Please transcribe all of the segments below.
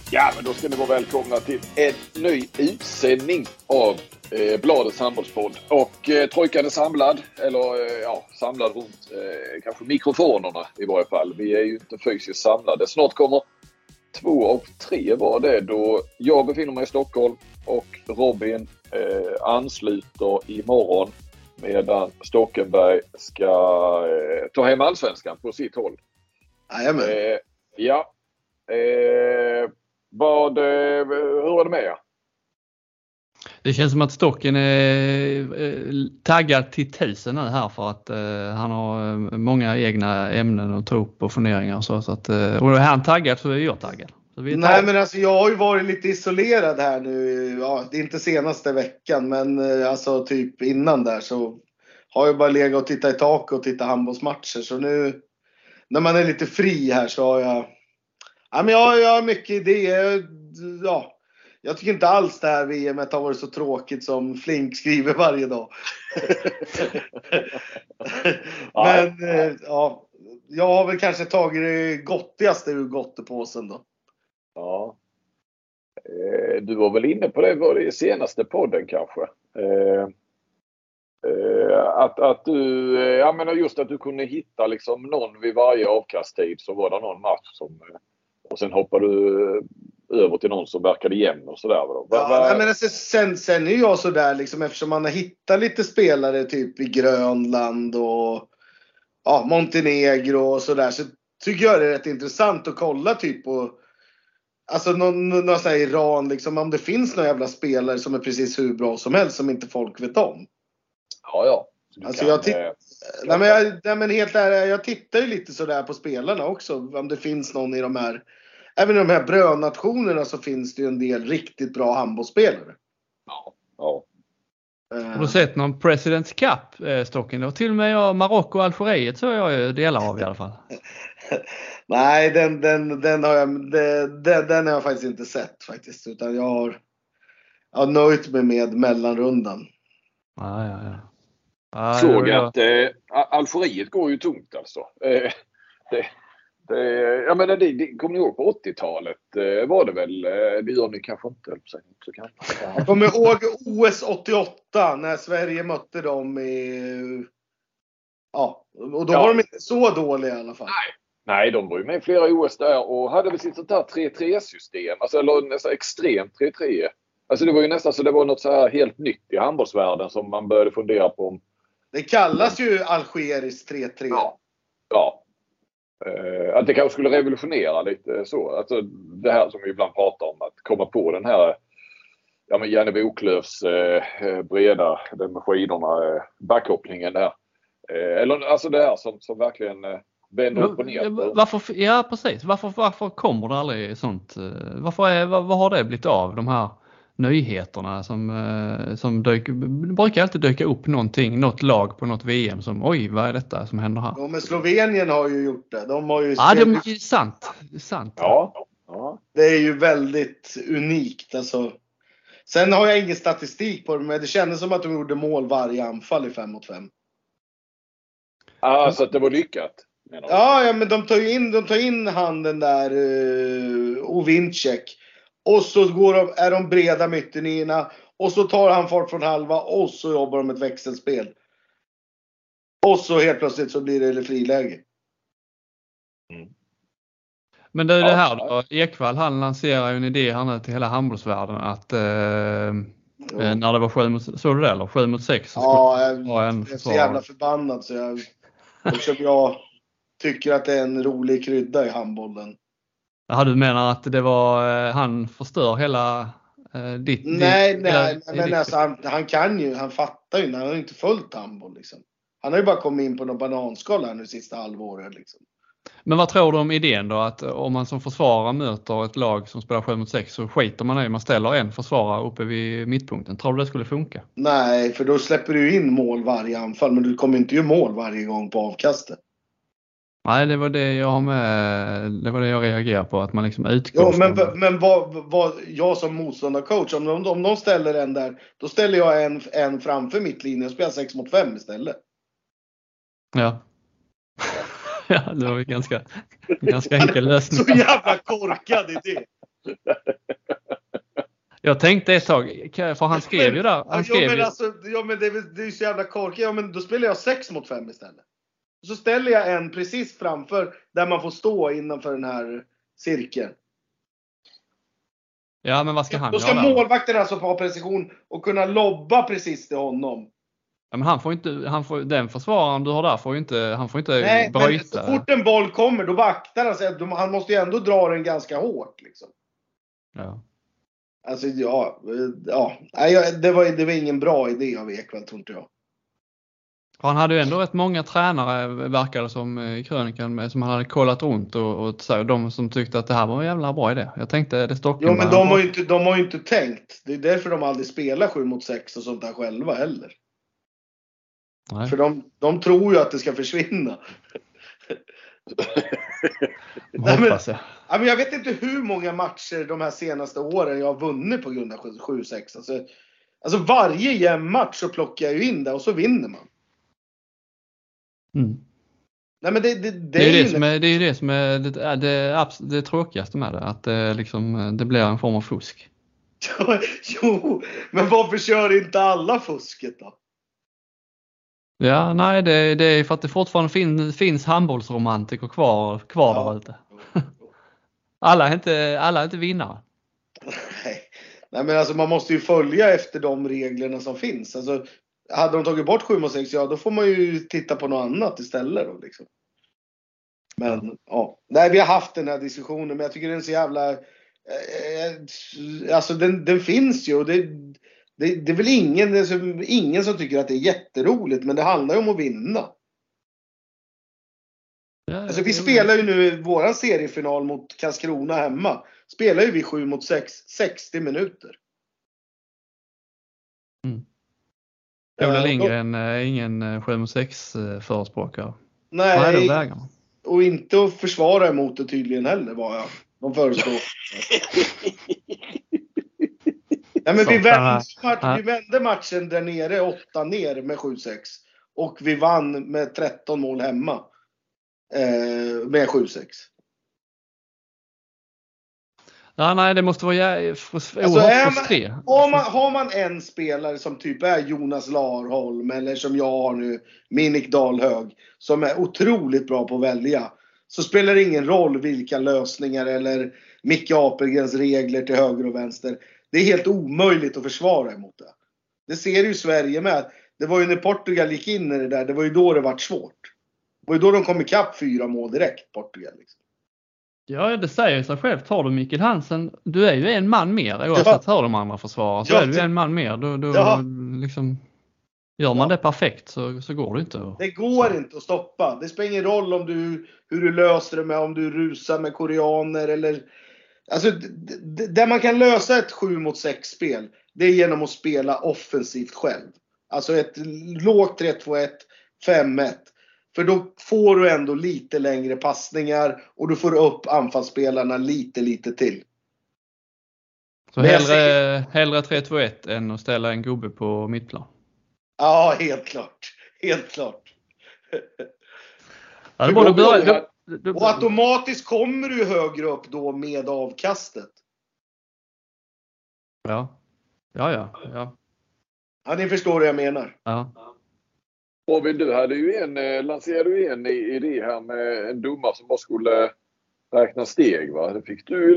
Ja, men då ska ni vara välkomna till en ny utsändning av Bladets handbollspodd. Och trojkan är samlad, eller samlad runt kanske mikrofonerna i varje fall. Vi är ju inte fysiskt samlade. Snart kommer 2 av 3 var det då jag befinner mig i Stockholm och Robin ansluter imorgon medan Stockenberg ska ta hem allsvenskan på sitt håll. Jajamän. Hur är det med er? Det känns som att Stocken är taggad till 1000 nu här för att han har många egna ämnen att ta upp och funderingar och så att, och är han taggad så är jag taggad. Så Nej, men alltså jag har ju varit lite isolerad här nu, det är inte senaste veckan men alltså typ innan där så har jag bara legat och tittat i tak och tittat handbollsmatcher, så nu när man är lite fri här så har jag jag har mycket idéer. Jag tycker inte alls det här VM:et har varit så tråkigt som Flink skriver varje dag. Men jag har väl kanske tagit det gottigaste ur gottepåsen då. Ja. Du var väl inne på det var det senaste podden kanske. Att du, jag menar just att du kunde hitta liksom någon vid varje avkasttid, så var det någon match som, och sen hoppar du över till någon som verkade jämn och sådär. Men alltså, sen är jag sådär liksom, eftersom man har hittat lite spelare typ i Grönland och Montenegro och sådär, så tycker jag det är rätt intressant att kolla typ på alltså någon sån här Iran liksom, om det finns några jävla spelare som är precis hur bra som helst som inte folk vet om. Ja. Alltså men helt ärligt, jag tittar ju lite sådär på spelarna också. Om det finns någon i de här, även i de här brödnationerna så finns det ju en del riktigt bra handbollsspelare. Ja. Har du sett någon President's Cup, Stocken? Och till och med Marocko och Algeriet så är jag delar av i alla fall. Nej, den har jag faktiskt inte sett faktiskt, utan jag har nöjt mig med mellanrundan. Ja. Såg att Algeriet går ju tungt alltså. Jag menar, det kommer ni ihåg på 80-talet var det väl, det gör ni kanske inte. Jag kommer ihåg OS 88 när Sverige mötte dem och då var de inte så dåliga i alla fall. Nej, de var ju med i flera OS där och hade väl sitt sånt där 3-3-system, alltså, eller nästan extremt 3-3. Alltså det var ju nästan så det var något så här helt nytt i handbollsvärlden som man började fundera på om. Det kallas ju algeriskt 3-3. Ja. Att det kanske skulle revolutionera lite så. Alltså det här som vi ibland pratar om, att komma på den här Janne Boklövs breda, den med skidorna, backhopplingen där. Eller alltså det här som verkligen vänder upp och ner. Varför, ja precis. Varför kommer det aldrig sånt? Vad har det blivit av de här nyheterna som brukar alltid dyka upp något lag på något VM som vad är detta som händer här? Ja, men Slovenien har ju gjort det. De har ju det är sant. Ja. Det är ju väldigt unikt alltså. Sen har jag ingen statistik på det, men det kändes som att de gjorde mål varje anfall i 5 mot 5. Så att det var lyckat. Ja, men de tar in handen där Ovincek. Och så är de breda mittenierna. Och så tar han fart från halva. Och så jobbar de ett växelspel. Och så helt plötsligt så blir det friläge. Men det är det här då. Ekvall, han lanserar ju en idé här nu till hela handbollsvärlden. Att när det var 7 mot, såg du det eller? 7 mot 6. Jag är så jävla förbannad så jag tycker att det är en rolig krydda i handbollen. Ja, du menar att det var han förstör hela ditt... Nej, men alltså, han fattar ju, han har inte följt handboll liksom. Han har ju bara kommit in på någon bananskal här nu sista halvåret liksom. Men vad tror du om idén då? Att om man som försvarare möter ett lag som spelar 7 mot 6 så skiter man i, man ställer en försvarare uppe vid mittpunkten. Tror du det skulle funka? Nej, för då släpper du in mål varje anfall, men du kommer inte ju mål varje gång på avkastet. Nej, det var det jag reagerar på, att man liksom utgår. Ja, men vad jag som motståndarcoach, om de ställer en där, då ställer jag en framför mittlinjen och spelar 6 mot 5 istället. Ja. Ja, det var ju ganska enkel lösning. Så jävla korkad idé. Jag tänkte ett tag, för han skrev ju där. Han skrev men det är ju så jävla korkigt. Ja, men då spelar jag 6 mot 5 istället. Så ställer jag en precis framför där man får stå innanför den här cirkeln. Ja, men vad ska han göra? Då ska målvakten alltså ha precision och kunna lobba precis till honom. Ja, men den försvararen du har där får ju inte bryta. Men så fort en boll kommer, då vaktar han sig. Han måste ju ändå dra den ganska hårt liksom. Ja. Alltså det var ingen bra idé av Ekwall, tror inte jag. Han hade ju ändå rätt många tränare, verkade som i krönikan, som han hade kollat runt och så, de som tyckte att det här var en jävla bra idé. Jag tänkte det Stockenberg. Jo, men de har ju inte tänkt. Det är därför de aldrig spelar 7 mot 6 och sånt där själva heller. Nej. För de tror ju att det ska försvinna. Hoppas jag. Men jag vet inte hur många matcher de här senaste åren jag har vunnit på grund av 7-6. Alltså varje jämn match så plockar jag ju in det och så vinner man. Mm. Nej, men det är ju det som är det tråkigaste med det. Att det blir en form av fusk. Jo, men varför kör inte alla fusket då? Ja, nej, det är för att det fortfarande finns handbollsromantiker kvar där ute. Alla är inte vinnare. Nej, men alltså man måste ju följa efter de reglerna som finns. Alltså, hade de tagit bort 7 mot 6, då får man ju titta på något annat istället då, liksom. Men nej, vi har haft den här diskussionen, men jag tycker den är så jävla alltså den finns ju, och det är väl ingen som tycker att det är jätteroligt, men det handlar ju om att vinna. Alltså vi spelar ju nu våran seriefinal mot Karlskrona hemma. Spelar ju vi 7 mot 6 60 minuter. Mm. Ola Lindgren är ingen 7 mot 6 förespråkare. Nej, och inte att försvara emot det tydligen heller, var jag. De föreslår. Nej, men vi vände matchen där nere 8 ner med 7-6. Och vi vann med 13 mål hemma. Med 7-6. Ja, nej, det måste vara oerhört frustrerande. Har man en spelare som typ är Jonas Larholm, eller som jag har nu, Minik Dahlhög, som är otroligt bra på att välja, så spelar det ingen roll vilka lösningar eller Micke Apelgrens regler till höger och vänster. Det är helt omöjligt att försvara emot det. Det ser ju Sverige med. Det var ju när Portugal gick in i det där, det var ju då det var svårt. Det var ju då de kom ikapp 4 mål direkt, Portugal liksom. Ja, det säger sig själv. Tar du Mikael Hansen, du är ju en man mer oavsett hur de andra försvarar. Så är du en man mer. Då liksom, gör man det perfekt så går det inte. Det går inte att stoppa. Det spelar ingen roll hur du löser det med, om du rusar med koreaner eller... Alltså, där man kan lösa ett 7 mot 6 spel, det är genom att spela offensivt själv. Alltså ett lågt 3-2-1, 5-1. För då får du ändå lite längre passningar och du får upp anfallsspelarna lite till. Så hellre 3-2-1 än att ställa en gubbe på mittplan? Ja, helt klart. Helt klart. Och automatiskt kommer du högre upp då med avkastet. Ja. Ja, ni förstår vad jag menar. Ja. Robin, du hade ju lanserade ju en idé här med en domare som bara skulle räkna steg, va? Det fick du ju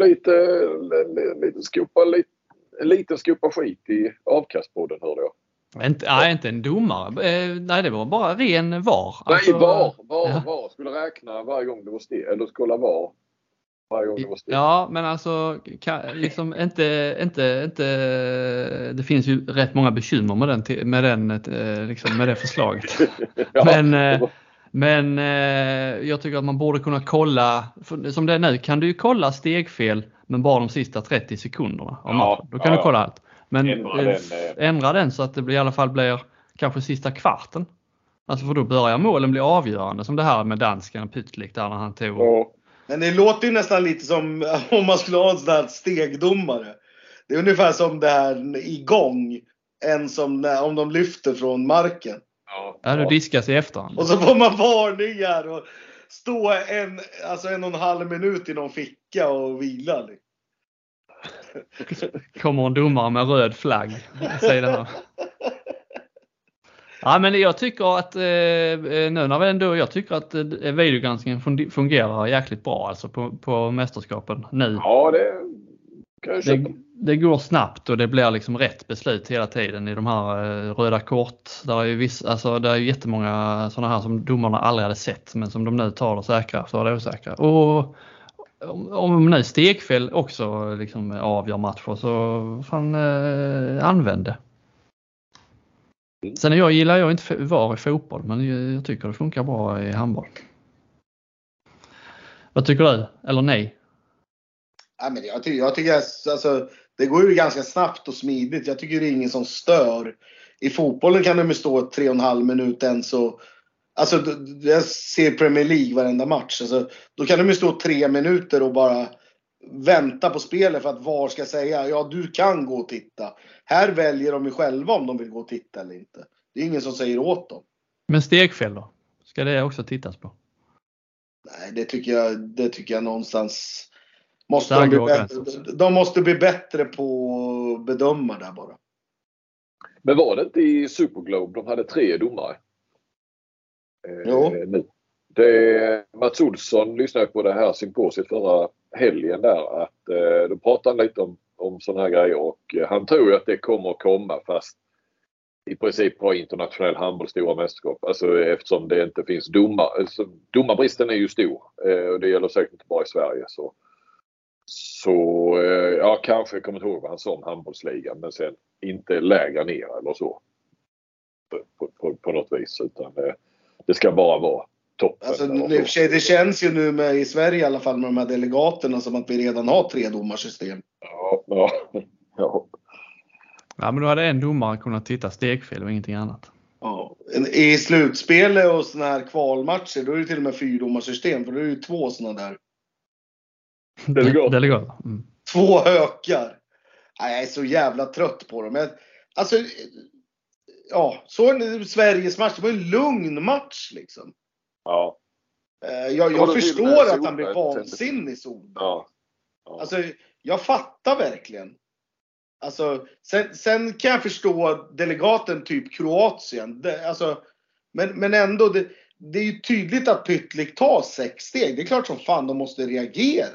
lite skopa skit i avkastpodden, hörde jag. Inte en domare. Nej, det var bara ren VAR. Nej, VAR skulle räkna varje gång det var steg. Eller skulle VAR varje gång det var steg. Ja, men alltså liksom inte det finns ju rätt många bekymmer med det förslaget. Ja. Men jag tycker att man borde kunna kolla, som det är nu kan du ju kolla stegfel men bara de sista 30 sekunderna av matchen. Då kan du kolla allt. Men ändra den så att det i alla fall blir kanske sista kvarten. Alltså för då börjar målen bli avgörande, som det här med dansken och Pytlik där när han tog. Ja. Men det låter ju nästan lite som om man skulle ha en sån där stegdomare. Det är ungefär som det här igång, om de lyfter från marken. Ja, du diskas i efterhand. Och så får man varningar och stå 1,5 minut i någon ficka och vila. Kommer en domare med röd flagg. Säger det här. Ja, men jag tycker att nu när vi ändå, jag tycker att videogranskningen fungerar jäkligt bra alltså på mästerskapen nu. Ja, det kan jag köpa. Det går snabbt och det blir liksom rätt beslut hela tiden i de här röda kort. Där är ju det är jättemånga sådana här som domarna aldrig hade sett, men som de nu tar det säkra så är det osäkra. Och om nu stegfel också liksom avgör matcher så fan använd det. Sen gillar jag inte VAR i fotboll, men jag tycker det funkar bra i handboll. Vad tycker du? Eller nej? Ja, men jag tycker alltså, det går ju ganska snabbt och smidigt. Jag tycker det är ingen som stör. I fotbollen kan de stå 3,5 minuter än så. Alltså jag ser Premier League varenda match. Alltså, då kan de stå 3 minuter och bara vänta på spelet för att VAR ska säga ja, du kan gå och titta. Här väljer de ju själva om de vill gå och titta eller inte. Det är ingen som säger åt dem. Men stegfel då? Ska det också tittas på? Nej, det tycker jag någonstans måste de bli bättre. De måste bli bättre på att bedöma där bara. Men var det inte i Superglobe de hade 3 domare? Jo. Nu. Mats Olsson lyssnade på det här symposiet förra helgen där, att de pratade lite om sådana här grejer, och han tror ju att det kommer att komma fast i princip på internationell handboll, stora mästerskap. Alltså eftersom det inte finns alltså, domarbristen är ju stor och det gäller säkert inte bara i Sverige, så ja, kanske kommer inte ihåg vad han sa om handbollsligan, men sen inte lägre ner eller så på något vis, utan det ska bara vara toppen. Alltså, det känns ju nu i Sverige i alla fall med de här delegaterna som att vi redan har 3 domarsystem. Ja. Ja, men då hade en domare kunnat titta stegfel och ingenting annat. Ja. I slutspelet och såna här kvalmatcher då är det till och med 4 domarsystem, för då är det ju 2 såna där. Delegat. 2 hökar. Nej, jag är så jävla trött på dem. Alltså, ja, så en Sveriges match, det var en lugn match liksom. Ja. Jag förstår att han blir vansinnig så. Ja. Alltså, jag fattar verkligen. Alltså, sen kan jag förstå delegaten typ Kroatien. Men ändå, det är ju tydligt att Pytlik tar 6 steg. Det är klart som fan de måste reagera.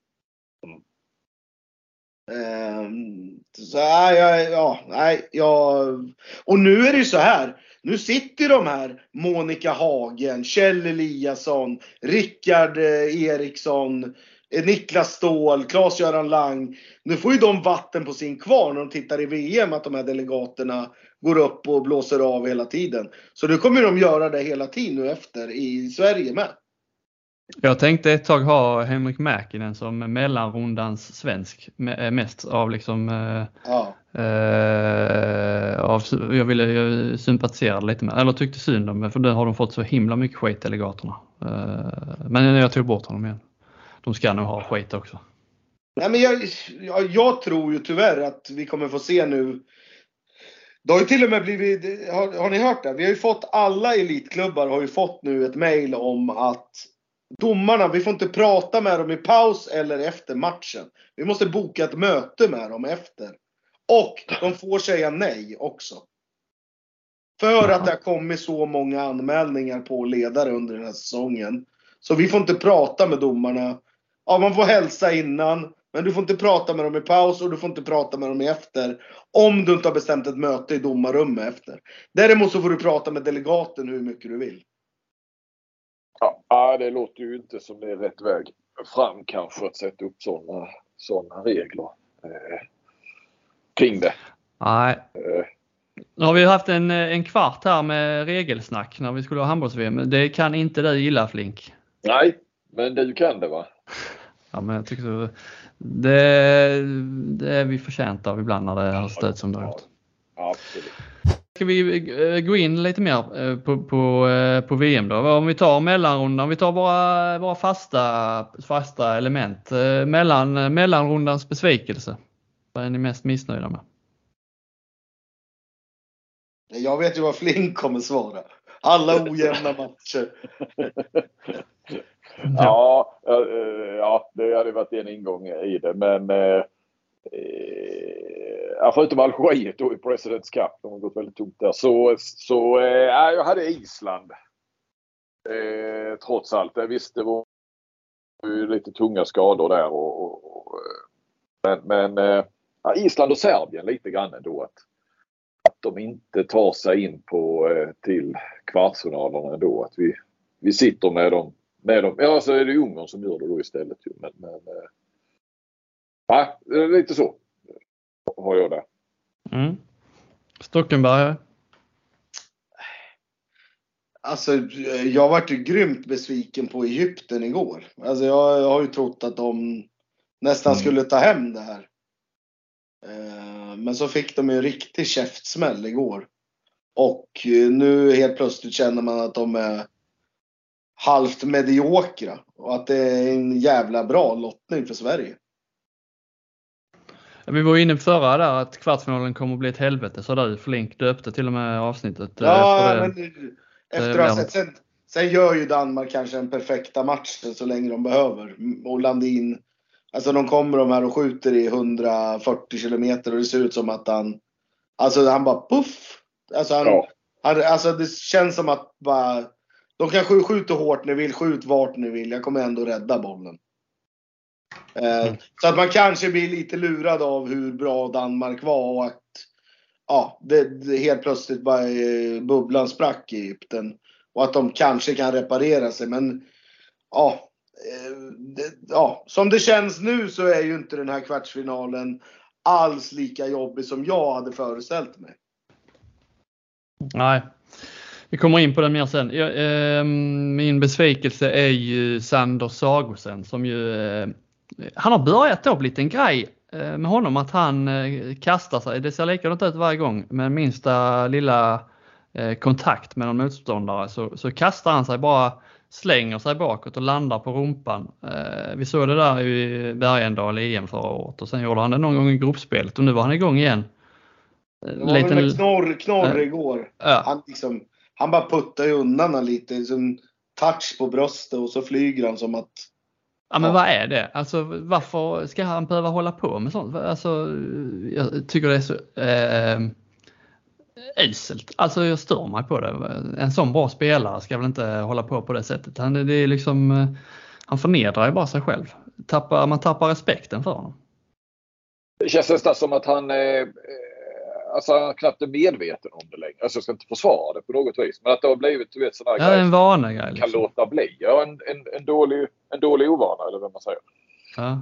Och nu är det ju så här. Nu sitter de här Monica Hagen, Kjell Eliasson, Rickard Eriksson, Niklas Ståhl, Claes-Göran Lang. Nu får ju de vatten på sin kvarn när de tittar i VM, att de här delegaterna går upp och blåser av hela tiden. Så nu kommer de göra det hela tiden nu efter i Sverige med. Jag tänkte ett tag ha Henrik Mäkinen som mellanrundans svensk mest av liksom jag ville sympatisera lite med, eller tyckte synd om, för nu har de fått så himla mycket skit delegaterna. Men jag tog bort honom igen. De ska nog ha skit också. Nej, men jag tror ju tyvärr att vi kommer få se nu. Det har ju till och med blivit, har ni hört det? Vi har ju fått, alla elitklubbar har ju fått nu ett mejl om att domarna, vi får inte prata med dem i paus eller efter matchen. Vi måste boka ett möte med dem efter. Och de får säga nej också. För att det har kommit så många anmälningar på ledare under den här säsongen. Så vi får inte prata med domarna. Ja, man får hälsa innan. Men du får inte prata med dem i paus och du får inte prata med dem i efter. Om du inte har bestämt ett möte i domarrummet efter. Däremot så får du prata med delegaten hur mycket du vill. Ja, det låter ju inte som det är rätt väg fram kanske att sätta upp såna regler kring det. Nej. Nu har vi haft en kvart här med regelsnack när vi skulle ha handbolls-VM. Det kan inte du gilla, Flink. Nej, men du kan det, va? Ja, men jag tycker så. Det är vi förtjänta av ibland när det har stöd som det har gjort. Ja, absolut. Ska vi gå in lite mer på VM då? Om vi tar mellanrundan, om vi tar våra fasta element. Mellanrundans besvikelse. Vad är ni mest missnöjda med? Jag vet ju vad Flink kommer svara. Alla ojämna matcher. Ja, det hade varit en ingång i det. Men Förutom Algeriet då i Presidents Cup. De har gått väldigt tungt där. Så jag hade Island. Trots allt. Jag visste det var ju lite tunga skador där. Men Island och Serbien lite grann ändå. Att de inte tar sig in till kvartsfinalerna ändå. Att vi sitter med dem. Ja, så är det Ungern som gör det då istället. Men lite så har jag där. Stockenberg. Alltså, jag varit ju grymt besviken på Egypten igår. Alltså, jag har ju trott att de nästan skulle ta hem det här. Men så fick de ju en riktig käftsmäll igår. Och nu helt plötsligt känner man att de är halvt mediokra. Och att det är en jävla bra lottning för Sverige. Vi var inne på förra där att kvartsfinalen kommer att bli ett helvete. Så där Flink döpte till och med avsnittet. Ja, men efter att ha sett sen gör ju Danmark kanske en perfekta matchen så länge de behöver. Och Landin, alltså de kommer de här och skjuter i 140 kilometer och det ser ut som att han bara puff. Alltså det känns som att bara, de kan skjuta hårt ni vill, skjut vart ni vill. Jag kommer ändå rädda bollen. Så att man kanske blir lite lurad av hur bra Danmark var och att det helt plötsligt bara bubblan sprack i Egypten och att de kanske kan reparera sig, men som det känns nu så är ju inte den här kvartsfinalen alls lika jobbig som jag hade föreställt mig. Nej, vi kommer in på den mer sen. Min besvikelse är ju Sander Sagosen som ju han har börjat då bli en grej med honom att han kastar sig. Det ser likadant ut varje gång. Med minsta lilla kontakt med någon motståndare så kastar han sig bara, slänger sig bakåt och landar på rumpan. Vi såg det där i Bergendal i EM förra året. Och sen gjorde han det någon gång i gruppspelet. Och nu var han igång igen. Det var med knorr igår. Ja. Han bara puttar ju undan han lite. Som touch på bröstet och så flyger han som att... Ja, men vad är det? Alltså varför ska han behöva hålla på med sånt? Alltså jag tycker det är så uselt. Alltså jag stör mig på det. En sån bra spelare ska väl inte hålla på det sättet. Det är liksom, han förnedrar ju bara sig själv. Man tappar respekten för honom. Det känns nästan som att han knappt är medveten om det längre. Alltså jag ska inte försvara det på något vis. Men att det har blivit, du vet, sådana grejer en vana grej, liksom. Kan låta bli. Ja, en dålig ovana eller vad man säger. Ja.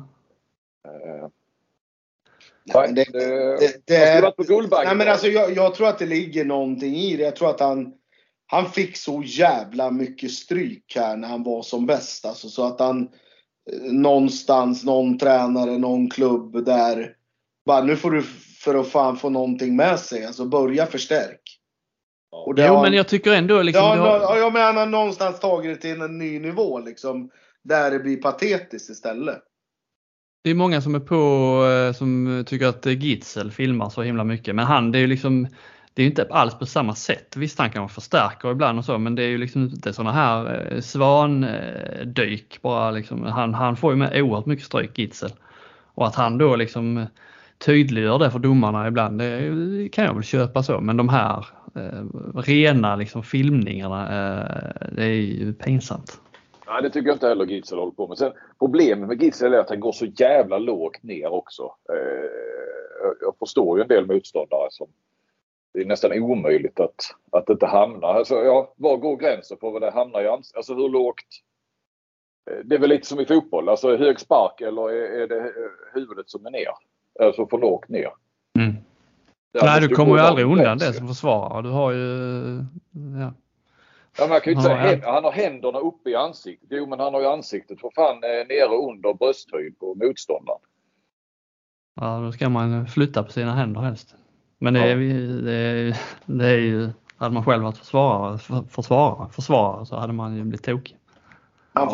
Jag tror att det ligger någonting i det. Jag tror att han fick så jävla mycket stryk här när han var som bäst. Alltså, så att han någonstans, någon tränare, någon klubb där bara, nu får du för att fan få någonting med sig. Alltså börja förstärk. Och men jag tycker ändå liksom... men han har någonstans tagit det till en ny nivå liksom. Där det blir patetiskt istället. Det är många som är på som tycker att Gitzel filmar så himla mycket. Men det är ju liksom... Det är ju inte alls på samma sätt. Visst, han kan förstärka ibland och så. Men det är ju liksom inte såna här svandyk. Bara liksom, han får ju med oerhört mycket stryk, Gitzel. Och att han då liksom tydliggör det för domarna ibland. Det kan jag väl köpa så. Men de här rena liksom filmningarna, det är ju pinsamt. Nej, det tycker jag inte heller Gitzel håller på med. Sen, problemet med Gitzel är att han går så jävla lågt ner också. Jag förstår ju en del motståndare som det är nästan omöjligt att inte hamna. Alltså, var går gränsen på vad det hamnar i ansiktet? Alltså hur lågt? Det är väl lite som i fotboll. Alltså hög spark eller är det huvudet som är ner? Alltså för lågt ner. Mm. Nej, du kommer ju aldrig undan det som försvarare. Du har ju... Ja. Ja, man kan ju inte säga han har händerna uppe i ansiktet. Jo, men han har ju ansiktet för fan nere under brösthöjd på motståndaren. Ja, då ska man flytta på sina händer helst. Men det är ju... Hade man själv varit försvarare så hade man ju blivit tokig. Man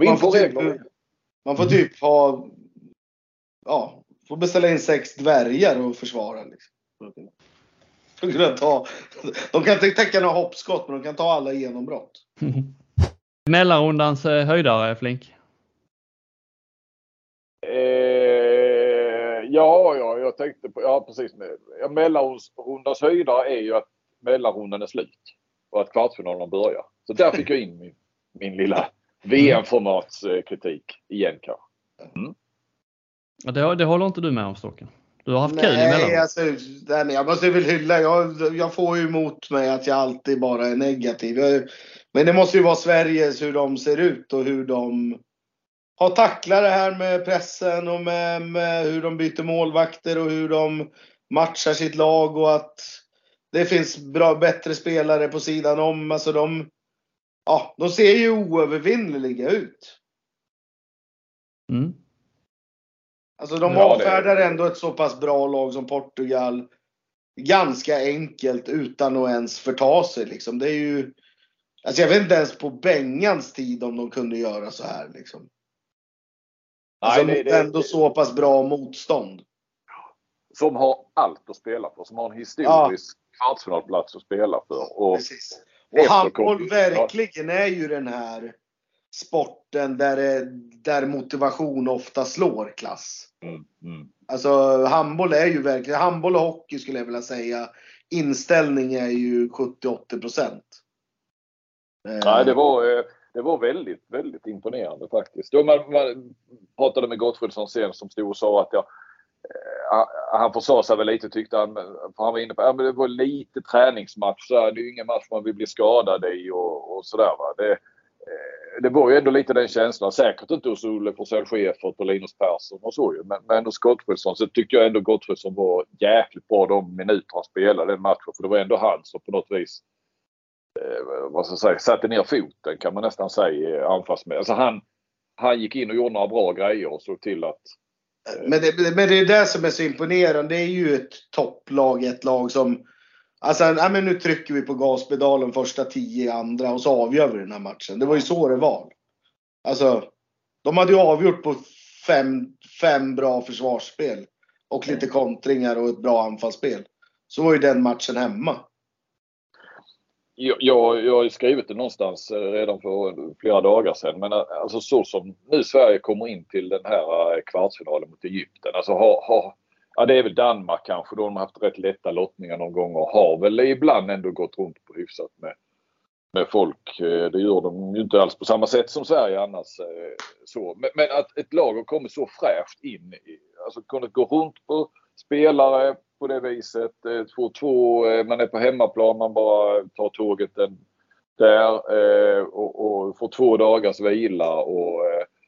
får typ ha... Ja, får beställa in 6 dvärgar och försvara liksom. De kan inte täcka några hoppskott, men de kan ta alla genombrott. Mellanrundans höjdare, Flink? Ja, jag tänkte på, ja precis. Mellanrundans höjdare är ju att mellanrundan är slut och att kvartsfinalen börjar. Så där fick jag in min lilla VM-formatskritik igen kanske. Mm. Det håller inte du med om, Stocken? Du har haft kul emellan. Alltså, jag måste väl hylla. Jag får ju emot mig att jag alltid bara är negativ. Men det måste ju vara Sveriges, hur de ser ut och hur de har tacklat det här med pressen och med hur de byter målvakter och hur de matchar sitt lag och att det finns bättre spelare på sidan om. Alltså de ser ju oövervinnliga ut. Mm. Alltså de avfärdar ändå ett så pass bra lag som Portugal ganska enkelt utan att ens förta sig liksom. Det är ju, alltså jag vet inte ens på Bengans tid om de kunde göra så här liksom. Alltså det är ändå så pass bra motstånd. Som har allt att spela för, som har en historisk kvartsfinalplats att spela för. Och precis. Och handboll verkligen är ju den här sporten där motivation ofta slår klass. Alltså handboll är ju verkligen, handboll och hockey skulle jag vilja säga, inställning är ju 70-80%. Nej, det var väldigt, väldigt imponerande faktiskt. Då man pratade med Gottfridsson sen som stod och sa att han försade sig väl lite, tyckte han, för han var inne på det var lite träningsmatch, så det är ju ingen match man vill bli skadad i och sådär va. Det var ju ändå lite den känslan, säkert inte hos Olle Forsell Schäfert och Linus Persson och så ju, men hos Gottfridsson så tycker jag ändå Gottfridsson var jäkligt bra de minuter han spelade den matchen, för det var ändå han som på något vis vad ska jag säga, satte ner foten kan man nästan säga anfallsmässigt. Alltså han gick in och gjorde några bra grejer och såg till att men det är det som är så imponerande. Det är ju ett topplag, ett lag som alltså, men nu trycker vi på gaspedalen första 10 andra och så avgör vi den här matchen. Det var ju så det var. Alltså, de hade ju avgjort på 5 bra försvarsspel och lite kontringar och ett bra anfallsspel. Så var ju den matchen hemma. Jag har ju skrivit det någonstans redan för flera dagar sedan. Men alltså så som nu Sverige kommer in till den här kvartsfinalen mot Egypten. Alltså det är väl Danmark kanske. Då de har haft rätt lätta lottningar någon gång. Och har väl ibland ändå gått runt på hyfsat med folk. Det gör de ju inte alls på samma sätt som Sverige annars. Så. Men att ett lag har kommit så fräscht in. Alltså kunnat gå runt på spelare på det viset. 2-2, man är på hemmaplan, man bara tar tåget där och får 2 dagars vila och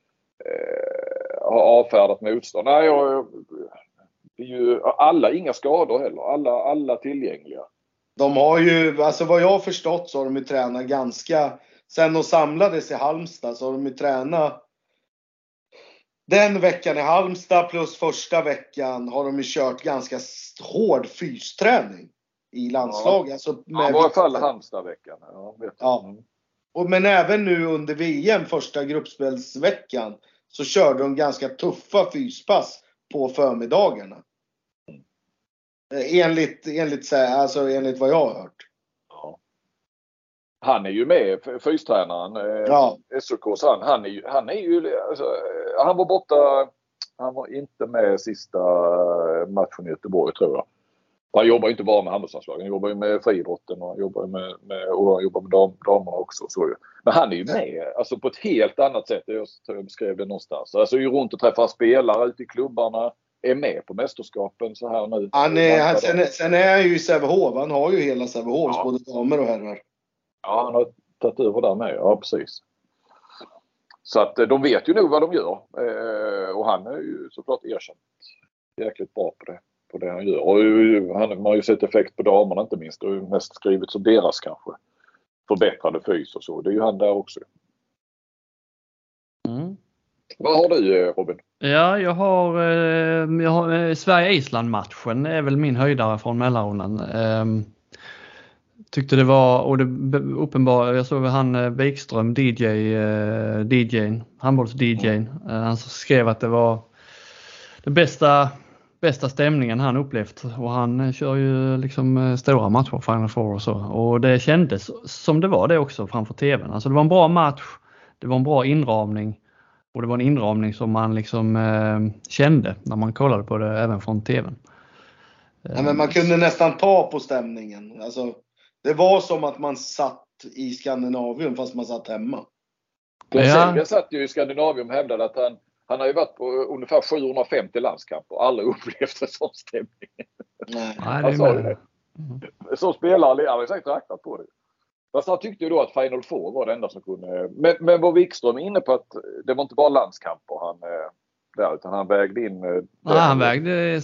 har avfärdat motstånd. Nej, det är ju inga skador heller. Alla tillgängliga. De har ju, alltså vad jag har förstått så har de ju tränat ganska, sen de samlades i Halmstad så har de ju tränat den veckan i Halmstad plus första veckan har de ju kört ganska hård fysträning i landslaget. Ja. Alltså i varje fall Halmstad-veckan. Ja. Men även nu under VM, första gruppspelsveckan, så körde de ganska tuffa fyspass på förmiddagarna. Enligt vad jag har hört. Ja. Han är ju med, fystränaren. SOKs han är ju alltså, han var borta. Han var inte med sista matchen i Göteborg tror jag. Han jobbar ju inte bara med handbollslandslagen. Han jobbar ju med friidrotten och han jobbar med damerna också. Så. Men han är ju med alltså på ett helt annat sätt. Jag beskrev det någonstans. Alltså är ju runt och träffar spelare ute i klubbarna. Är med på mästerskapen så här nu. Sen är han ju i Sävehof. Han har ju hela Sävehof, både damer och herrar. Ja, han har tagit över där med. Ja, precis. Så att de vet ju nog vad de gör. Och han är ju såklart erkänt jäkligt bra på det han gör. Och han har ju sett effekt på damerna inte minst. Och mest skrivit som deras kanske förbättrade fys och så. Det är ju han där också. Mm. Vad har du, Robin? Ja, jag har Sverige-Island-matchen är väl min höjdare från mellanrundan. Tyckte det var, och det uppenbar, jag såg han Wikström, DJ:n, handbolls-DJ:n. Han skrev att det var den bästa stämningen han upplevt. Och han kör ju liksom stora matcher, Final Four och så. Och det kändes som det var det också framför tvn. Alltså det var en bra match, det var en bra inramning. Och det var en inramning som man liksom kände när man kollade på det även från tvn. Ja, men man kunde nästan ta på stämningen. Alltså, det var som att man satt i Skandinavien fast man satt hemma. Selgren satt ju i Skandinavien och hävdade att han har ju varit på ungefär 750 landskamper och aldrig upplevt en sån stämning. Nej, han sa ju det. Som spelare har vi säkert räknat på det. Fast han tyckte ju då att Final Four var det enda som kunde. Men var Wikström inne på att det var inte bara landskamper där, utan han vägde in. Han vägde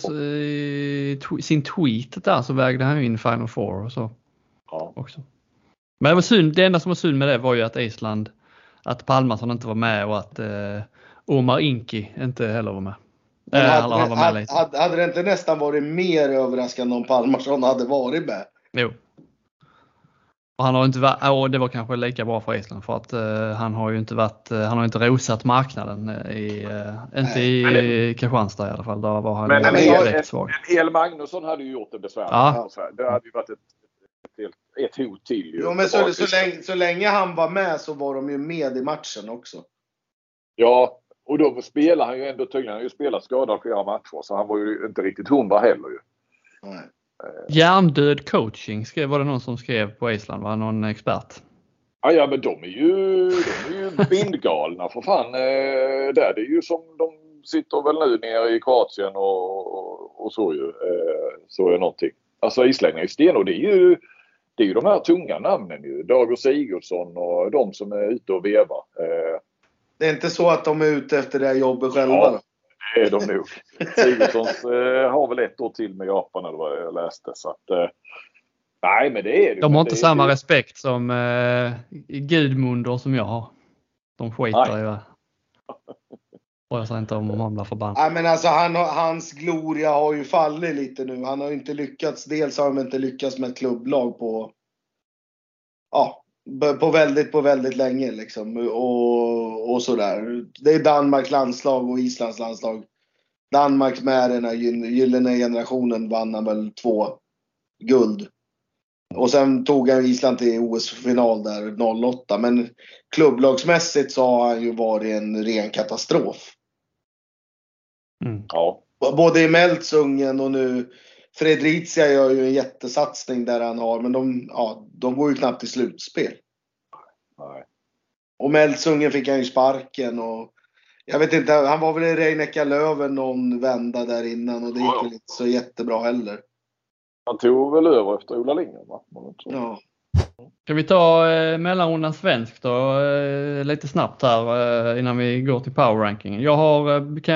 sin tweet där, så vägde han in Final Four och så. Ja. Också. Men det var synd, det enda som var synd med det var ju att Island, att Palmarsson inte var med och att Omar Inki inte heller var med. Hade det inte nästan varit mer överraskande om Palmarsson hade varit med? Jo. Och han har inte varit, det var kanske lika bra för Island för att han har ju inte varit, han har inte rosat marknaden inte i Kristianstad i alla fall. Där var han direkt svag. El Magnusson hade ju gjort det besvärligt. Ja. Det hade ju varit ett hot till. Jo, men så länge han var med så var de ju med i matchen också. Ja, och då spelar han ju ändå tydligen. Han har ju spelat skadad flera matcher, så han var ju inte riktigt 100 heller ju. Nej. Hjärndöd coaching var det någon som skrev på Island, var någon expert? Ja, men de är ju bindgalna för fan. Där det är ju som de sitter väl nu nere i Kroatien och så ju. Så är någonting. Alltså islänningar i sten, och det är ju de här tunga namnen ju. Dagur Sigurdsson och de som är ute och vevar. Det är inte så att de är ute efter det här jobbet själva? Ja, det är de nog. Sigurdssons har väl ett år till med Japan eller vad jag läste. Så att, nej, men det är det. De har inte samma respekt som Gudmundur som jag har. De skiter ju. Och jag säger inte om man blir förbannad. Nej, men alltså hans gloria har ju fallit lite nu. Han har ju inte lyckats. Dels har han inte lyckats med ett klubblag på väldigt länge liksom. Och sådär. Det är Danmarks landslag och Islands landslag. Danmark med den här gyllene generationen vann han väl 2 guld. Och sen tog han Island till OS-final där 08. Men klubblagsmässigt så har han ju varit en ren katastrof. Mm. Ja. Både i Meltsungen och nu Fredricia gör ju en jättesatsning där han har. Men de går ju knappt i slutspel. Nej. Och Meltsungen fick han ju sparken och jag vet inte, han var väl i Reinecka Löven någon vända där innan och det gick väl inte så jättebra heller. Han tog väl över efter Ola Lindgren, va? Ja. Ska vi ta mellanrundan svensk då lite snabbt här innan vi går till power ranking. Jag har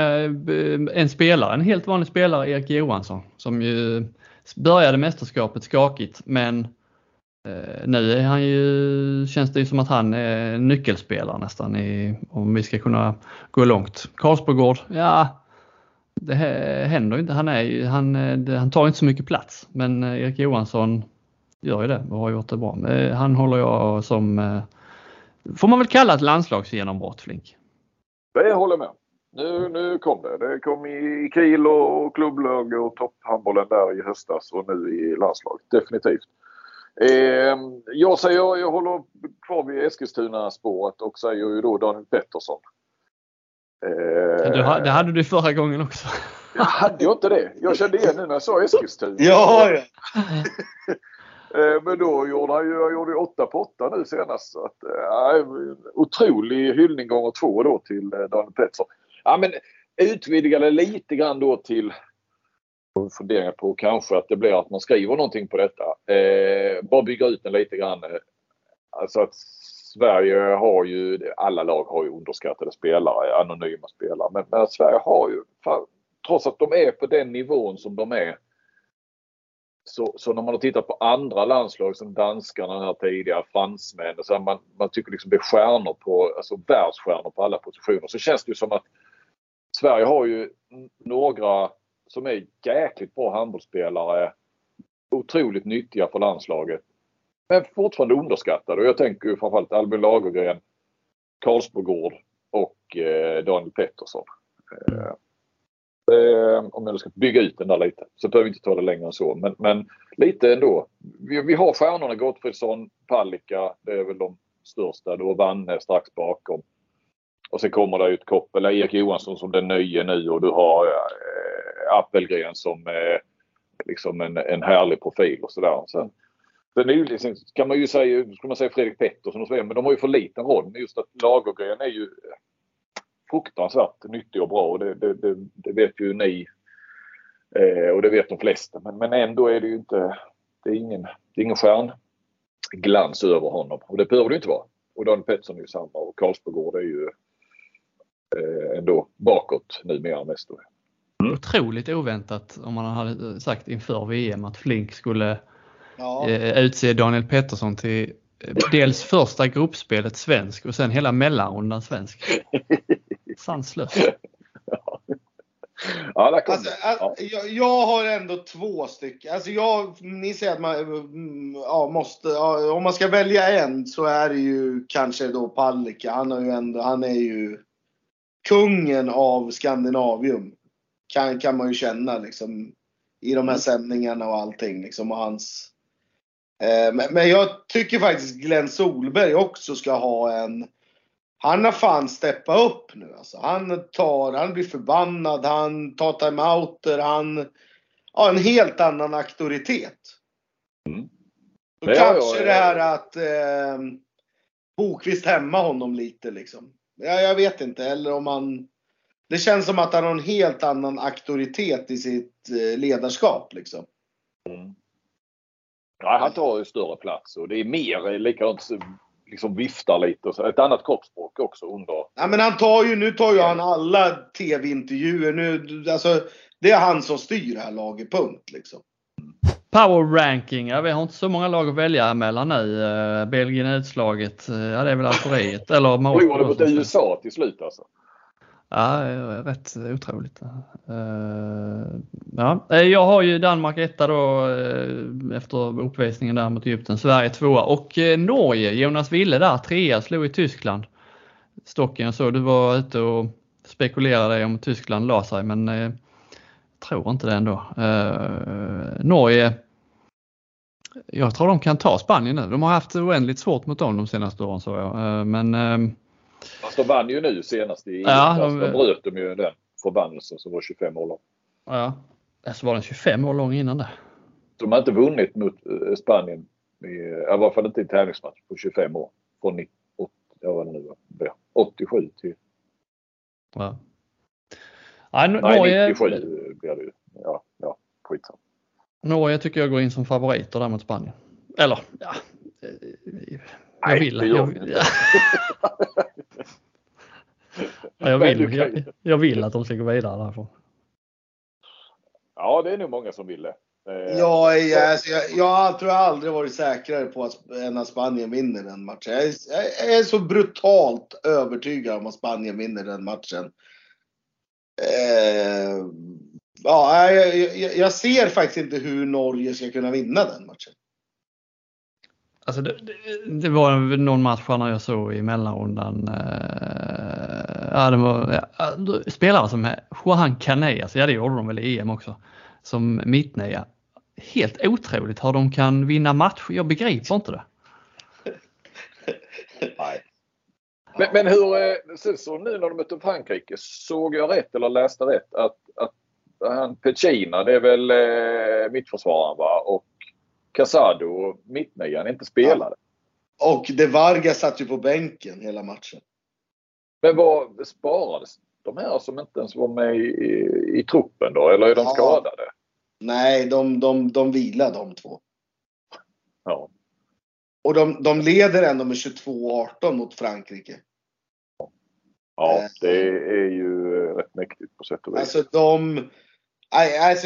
en helt vanlig spelare, Erik Johansson, som ju började mästerskapet skakigt, men nu är han ju, känns det ju som att han är nyckelspelare nästan om vi ska kunna gå långt. Karlsbogård, det händer inte. Han tar inte så mycket plats, men Erik Johansson gör ju det och har gjort det bra. Han håller jag som, får man väl kalla ett landslagsgenombrott, Flink. Det håller med. Nu kom det. Det kom i Kiel och klubblag och topphandbollen där i höstas och nu i landslag. Definitivt. Jag håller kvar vid Eskilstuna-spåret och säger ju då Daniel Pettersson. Det hade du förra gången också. Jag hade ju inte det. Jag kände igen nu när jag sa Eskilstuna. Ja. Men då gjorde jag gjorde 8 på 8 nu senast. Så att, otrolig hyllning gånger 2 då till Daniel Pettersson. Ja, men utvidgade lite grann då till funderingar på kanske att det blir att man skriver någonting på detta. Bara bygga ut den lite grann. Alltså att Sverige har ju, alla lag har ju underskattade spelare, anonyma spelare. Men Sverige har ju, trots att de är på den nivån som de är. Så när man har tittat på andra landslag som danskarna här tidigare, fransmän, så man tycker liksom det är stjärnor på, alltså världsstjärnor på alla positioner. Så känns det ju som att Sverige har ju några som är jäkligt bra handbollsspelare, otroligt nyttiga för landslaget, men fortfarande underskattade. Och jag tänker ju framförallt Albin Lagergren, Karlsbogård och Daniel Pettersson. Om jag ska bygga ut den där lite, så behöver vi inte ta det längre än så. Men lite ändå. Vi har stjärnorna Gottfridsson, Palicka, det är väl de största. Då Vanne strax bakom. Och sen kommer det ut Koppel, Erik Johansson som den nya nu och du har Appelgren som liksom en härlig profil och sådär. Sen är ju liksom, kan man ju säga, skulle man säga Fredrik Pettersson och så vidare, men de har ju för liten roll. Men just att Lagergren är ju fruktansvärt nyttig och bra och det vet ju ni och det vet de flesta. Men ändå är det ju inte, det är ingen stjärnglans över honom och det behöver det inte vara. Och Daniel Pettersson är ju samma och Karlsbogård är ju ändå bakåt numera mest. Otroligt oväntat om man hade sagt inför VM att Flink skulle utse Daniel Pettersson till dels första gruppspelet svensk och sen hela mellanrundan svensk. Sanslöst. Ja, där kom jag har ändå 2 stycken. Alltså ni säger att man måste, om man ska välja en så är det ju kanske då Palicka. Han är ju kungen av Skandinavium. Kan man ju känna liksom i de här sändningarna och allting liksom och hans. Men jag tycker faktiskt Glenn Solberg också ska ha han har fan steppa upp nu alltså. Han blir förbannad, han tar timeouter, en helt annan auktoritet. Och kanske det här att Bokvist hämma honom lite liksom. Jag vet inte, eller om det känns som att han har en helt annan auktoritet i sitt ledarskap liksom. Ja, han tar ju större plats och det är mer likadant liksom viftar lite och så. Ett annat kroppsspråk också under. Ja, men nu tar ju han alla tv-intervjuer nu, alltså det är han som styr det här laget, punkt liksom. Power ranking. Ja, vi har inte så många lag att välja mellan nu. Belgien är utslaget. Ja, det är väl Algeriet eller Marocko. Förlorade mot USA till slut alltså. Ja, rätt otroligt. Jag har ju Danmark 1 då efter uppvisningen där mot Egypten. Sverige 2 och Norge. Jonas Wille där 3 slog i Tyskland. Stocken så du var ute och spekulerade om Tyskland la sig, men tror inte det ändå. Norge, jag tror de kan ta Spanien nu. De har haft oändligt svårt mot dem de senaste åren så jag. Men fast de vann ju nu senast i de bröt de ju den förbannelsen som var 25 år lång. Ja, så var den 25 år lång innan det. De har inte vunnit mot Spanien i alla fall inte i tävlingsmatch på 25 år. Från 87 till... Ja. Nej, 97 blir det ju. Ja, skitsamma. Norge tycker jag går in som favoriter där mot Spanien. Eller, ja. Jag vill att de ska gå vidare därifrån. Ja, det är nog många som vill det. Jag tror jag aldrig varit säkrare på att Spanien vinner den matchen. Jag är så brutalt övertygad om att Spanien vinner den matchen. Jag ser faktiskt inte hur Norge ska kunna vinna den matchen. Alltså det var någon match när jag såg i mellanrundan. Det var spelare som Juan Canet, alltså det gjorde de väl i EM också, som mittnia. Helt otroligt hur de kan vinna match. Jag begriper inte det. Nej. Men hur så nu när de mötte Frankrike, såg jag rätt eller läste rätt att han Pecina, det är väl mittförsvararen va, och Casado, mittnian, inte spelade. Ja. Och De Vargas satt ju på bänken hela matchen. Men vad sparades de här som inte ens var med i truppen då? Eller är de skadade? Nej, de vilar de två. Ja. Och de leder ändå med 22-18 mot Frankrike. Ja, det är ju rätt mäktigt på sätt och vis. Alltså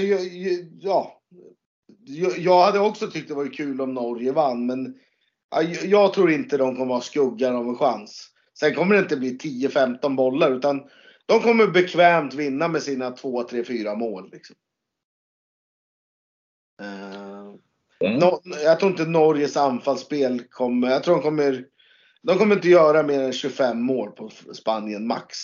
jag hade också tyckt det var kul om Norge vann, men jag tror inte de kommer ha skuggan av en chans. Sen kommer det inte bli 10-15 bollar, utan de kommer bekvämt vinna med sina 2, 3, 4 mål liksom. Jag tror inte Norges anfallsspel kommer, jag tror de kommer inte göra mer än 25 mål på Spanien max.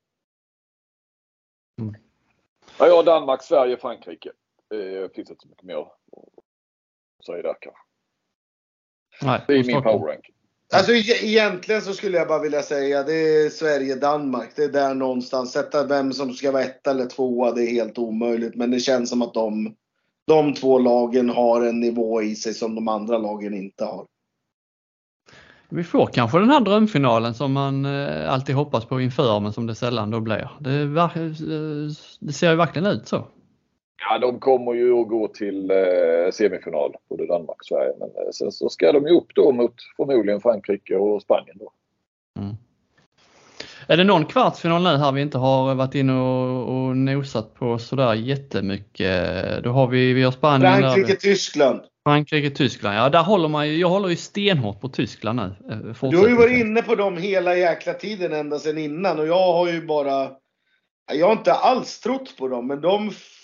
Ja, Danmark, Sverige, Frankrike. Det finns inte så mycket mer att säga där kanske. Nej, det är min power ranking. Alltså egentligen så skulle jag bara vilja säga det är Sverige-Danmark. Det är där någonstans. Sätta vem som ska vara 1 eller 2, det är helt omöjligt. Men det känns som att de 2 lagen har en nivå i sig som de andra lagen inte har. Vi får kanske den här drömfinalen som man alltid hoppas på inför, men som det sällan då blir. Det ser ju verkligen ut så. Ja, de kommer ju att gå till semifinal, både Danmark och Sverige. Men sen så ska de ju upp då mot förmodligen Frankrike och Spanien då. Mm. Är det någon kvartsfinal nu här vi inte har varit in och nosat på sådär jättemycket? Då har vi har Spanien. Frankrike-Tyskland. Frankrike-Tyskland, ja där håller jag håller ju stenhårt på Tyskland nu. Du har ju varit inne på dem hela jäkla tiden ända sedan innan och jag har ju jag har inte alls trott på dem, men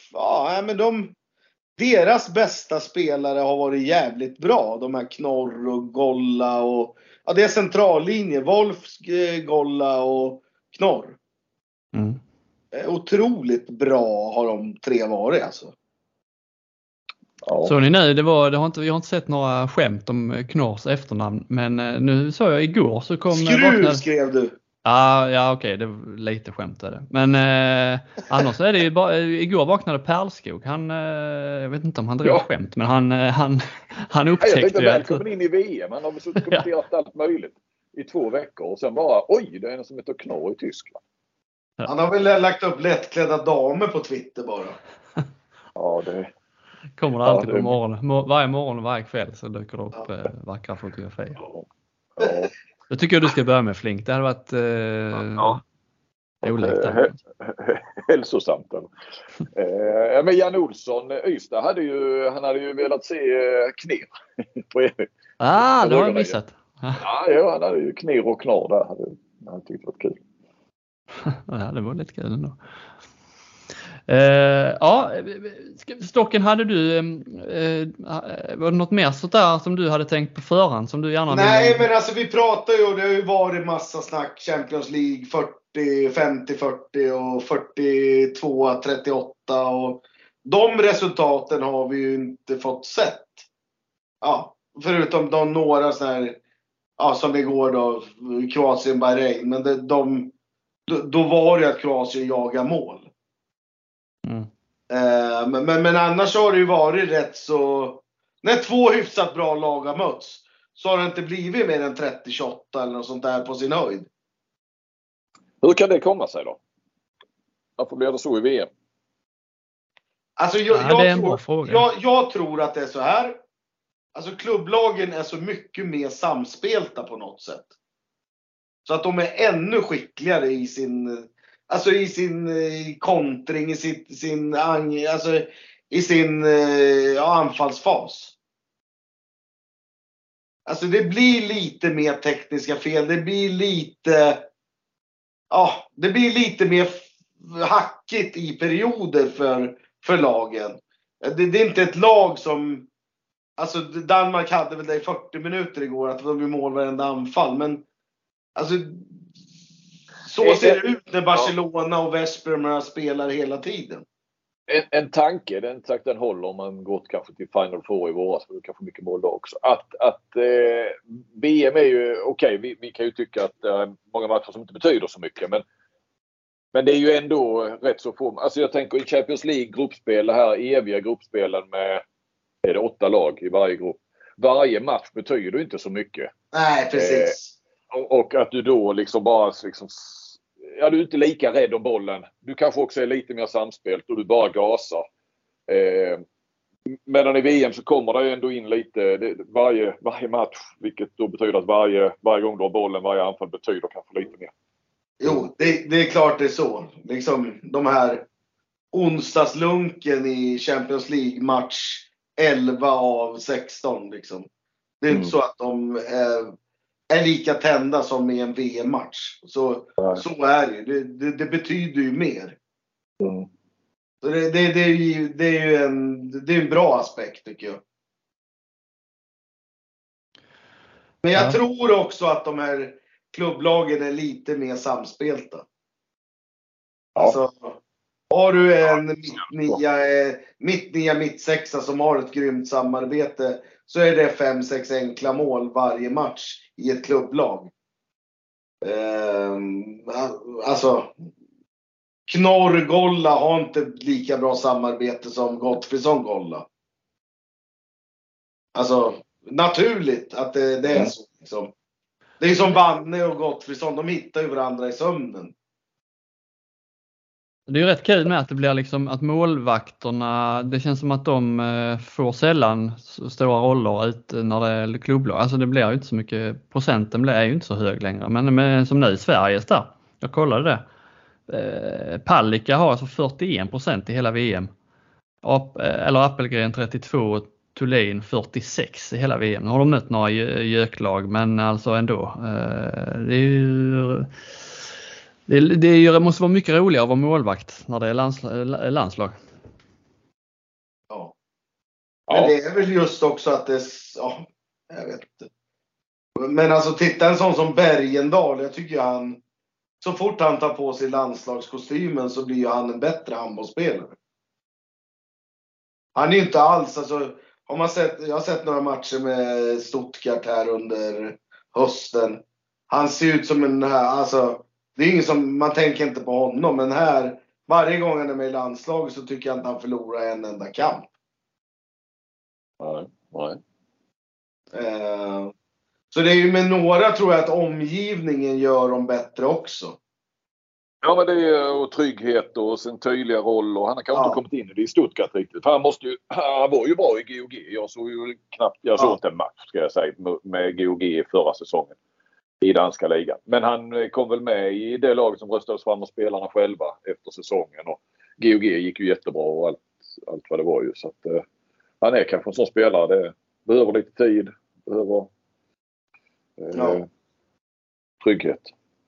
deras bästa spelare har varit jävligt bra. De här Knorr och Golla och det är centrallinje. Wolf, Golla och Knorr. Mm. Otroligt bra har de 3 varit alltså. Ja. Så ni nu, vi har inte sett några skämt om Knorrs efternamn, men nu såg jag igår så kom... skrev du. Ja, okej, det var lite skämt är det. Men annars är det ju bara, igår vaknade Perlskog. Jag vet inte om han drog skämt, men han upptäckte... Jag tänkte välkommen in i VM. Han har väl suttit och kommenterat allt möjligt i 2 veckor. Och sen bara, oj, det är en som heter Knorr i Tyskland. Ja. Han har väl lagt upp lättklädda damer på Twitter bara. Ja, det... Kommer det alltid på morgonen. Varje morgon och varje kväll så dyker det upp vackra fotografier. Ja. Jag tycker du ska börja med Flink. Det hade varit olikt. Hälsosamt. Men Jan Olsson, Ystad hade ju velat se Knir på det har jag missat. Ja, han hade ju Knir och Knorr där. Han tyckte det var kul. Ja, det var lite kul ändå. Stocken, hade du var det något mer sånt där som du hade tänkt på förhand som du gärna ville? Nej, men alltså vi pratar ju, det har ju varit massa snack Champions League 50-40 och 42-38 och de resultaten har vi ju inte fått sett. Ja, förutom några sådana här som igår då Kroatien-Bahrain, men då var det att Kroatien jagar mål. Mm. Men annars har det ju varit rätt så... När 2 hyfsat bra lag har mötts så har det inte blivit mer än 30-28 eller något sånt där på sin höjd. Hur kan det komma sig då? Varför blir det så i VM? Alltså jag tror att det är så här. Alltså klubblagen är så mycket mer samspelta på något sätt. Så att de är ännu skickligare i sin... Alltså i sin kontring, i sin anfallsfas. Alltså det blir lite mer tekniska fel. Det blir lite mer hackigt i perioder för lagen. Det är inte ett lag som... Alltså Danmark hade väl det i 40 minuter igår att de blir mål varenda anfall. Men alltså... Så ser det ut när Barcelona och Vesperma spelar hela tiden. En tanke, det är inte sagt den håller om man gått kanske till Final Four i våras, för det kanske mycket mål då också. Att VM är ju okej, vi kan ju tycka att det är många matcher som inte betyder så mycket, men det är ju ändå rätt så få. Alltså jag tänker i Champions League gruppspel, det här eviga gruppspelen med 8 lag i varje grupp. Varje match betyder inte så mycket. Nej, precis. Och att du då liksom bara du är inte lika rädd om bollen. Du kanske också är lite mer samspelt och du bara gasar. Medan i VM så kommer det ändå in lite varje match, vilket då betyder att varje gång du har bollen, varje anfall betyder kanske lite mer. Jo, det är klart det är så. Liksom de här onsdagslunken i Champions League match 11 av 16 liksom. Det är inte så att de är lika tända som i en VM-match. Så är det betyder ju mer. Mm. Så det är ju en bra aspekt tycker jag. Men jag tror också att de här klubblagen är lite mer samspelta. Ja. Alltså, har du en mittnia, mittsexa som har ett grymt samarbete så är det 5-6 enkla mål varje match i ett klubblag. Alltså Knorr-Golla har inte lika bra samarbete som Gottfridsson-Golla. Alltså naturligt att det är så liksom. Det är som Vanne och Gottfridsson, de hittar ju varandra i sömnen. Det är ju rätt kul med att det blir liksom att målvakterna, det känns som att de får sällan stora roller ut när det är klubblag. Alltså det blir ju inte så mycket, procenten är ju inte så hög längre. Men som nu i Sverige där, jag kollade det. Palicka har alltså 41% i hela VM. Eller Appelgren 32 och Thulin 46 i hela VM. Nu har de mött några göklag, men alltså ändå. Det måste vara mycket roligare att vara målvakt när det är landslag. Ja. Men det är väl just också att det, ja, jag vet inte. Men alltså titta en sån som Bergendal, jag tycker han, så fort han tar på sig landslagskostymen så blir ju han en bättre handbollsspelare. Han är ju inte alls, alltså, jag har sett några matcher med Stuttgart här under hösten. Han ser ut som en här, alltså, det är ingen som, man tänker inte på honom, men här, varje gång han är med i landslaget så tycker jag att han förlorar en enda kamp. Nej. Så det är ju med några, tror jag, att omgivningen gör dem bättre också. Ja, men det är och trygghet och sin tydliga roll, och han har kanske inte kommit in i det i Stuttgart riktigt. För han var ju bra i GOG. Jag såg ju knappt, såg inte en match ska jag säga med GOG i förra säsongen i danska ligan. Men han kom väl med i det laget som röstades fram av spelarna själva efter säsongen, och GOG gick ju jättebra och allt vad det var ju. Så att han är kanske en sån spelare, det behöver lite tid, behöver trygghet.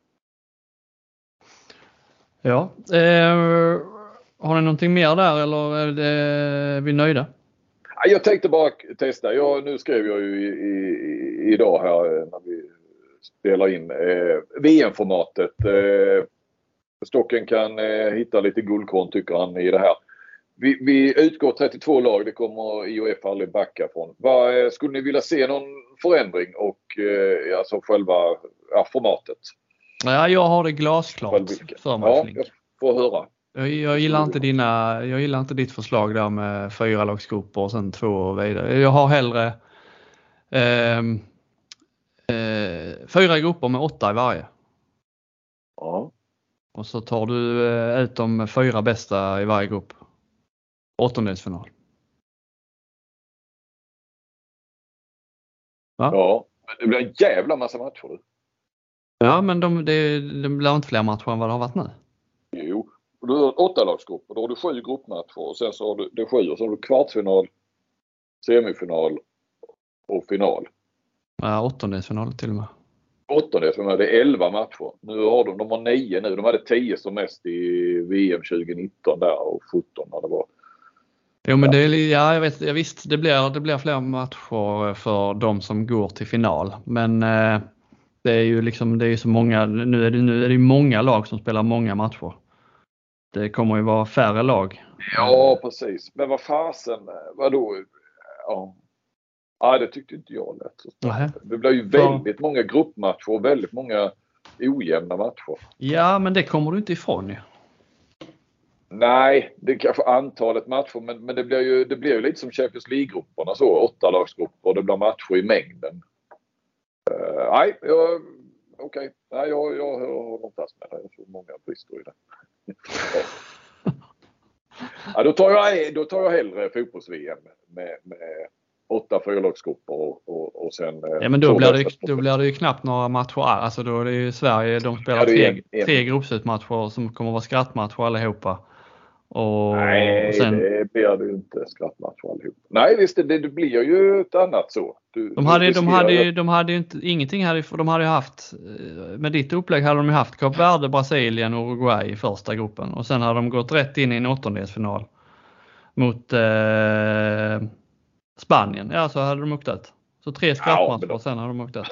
Ja, har ni någonting mer där eller är vi nöjda? Jag tänkte bara testa. Nu skrev jag ju idag här när vi spelar in VM-formatet. Stocken kan hitta lite guldkorn tycker han i det här. Vi utgår 32 lag, det kommer IOF aldrig backa från. Skulle ni vilja se någon förändring och alltså själva formatet? Ja, jag har det glasklart för mig, Flink. Jag får höra. Jag gillar inte ditt förslag där med 4 lagsgrupper och sen 2 och vidare. Jag har hellre 4 grupper med 8 i varje. Ja. Och så tar du ut de 4 bästa i varje grupp. 8-delsfinal. Va? Ja, men det blir en jävla massa matcher. Ja, men det blir inte fler matcher än vad det har varit nu. Jo, du har 8-lagsgrupper. Då har du 7 gruppmatcher och sen så har du 7 och så har du kvartsfinal, semifinal och final. Ja, 8-delsfinal till och med. 8-delsfinal, det är 11 matcher. Nu har de har 9 nu. De hade 10 som mest i VM 2019 där och 17 när det var. Jo, men jag visst, det blir fler matcher för de som går till final. Men det är ju liksom, det är så många, nu är det många lag som spelar många matcher. Det kommer ju vara färre lag. Ja, precis. Men vad fasen, vadå? Ja, det tyckte inte jag lätt. Det blir ju väldigt många gruppmatcher och väldigt många ojämna matcher. Ja, men det kommer du inte ifrån ju. Nej, det är kanske antalet matcher, men det blir ju lite som Champions League-grupperna så, 8-lagsgrupper och det blir matcher i mängden. Okej. Nej, jag har någon plats med det. Jag får många brister i det. Ja, då tar jag hellre fotbolls-VM med 8 fyrlagsgrupper och sen... Ja, men då blir det ju knappt några matcher. Alltså då är det ju Sverige, de spelar tre gruppslutmatcher som kommer vara skrattmatcher allihopa. Nej, sen, det blir det ju inte skrattmatcher allihopa. Nej, visst, det blir ju ett annat så. De hade ju inte ingenting de hade ju haft, med ditt upplägg hade de ju haft Kap Verde, Brasilien och Uruguay i första gruppen. Och sen hade de gått rätt in i en 8-delsfinal mot Spanien. Ja, så hade de åkt ut. Så 3 skrattmatcher och sen hade de åkt ut.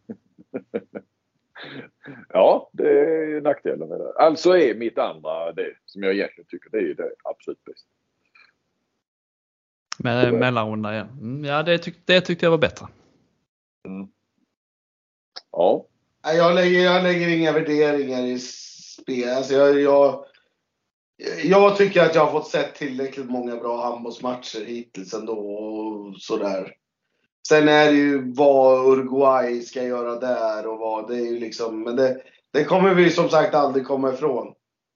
Ja, det är nackdelen med det. Alltså är mitt andra det som jag egentligen tycker det är det absolut bästa. Med mellanrunda igen. Ja, det tyckte jag var bättre. Mm. Ja. Jag lägger inga värderingar i spel. Alltså jag tycker att jag har fått sett tillräckligt många bra handbollsmatcher hittills ändå. Och sådär. Sen är det ju vad Uruguay ska göra där och vad. Det är ju liksom, men det kommer vi som sagt aldrig komma ifrån.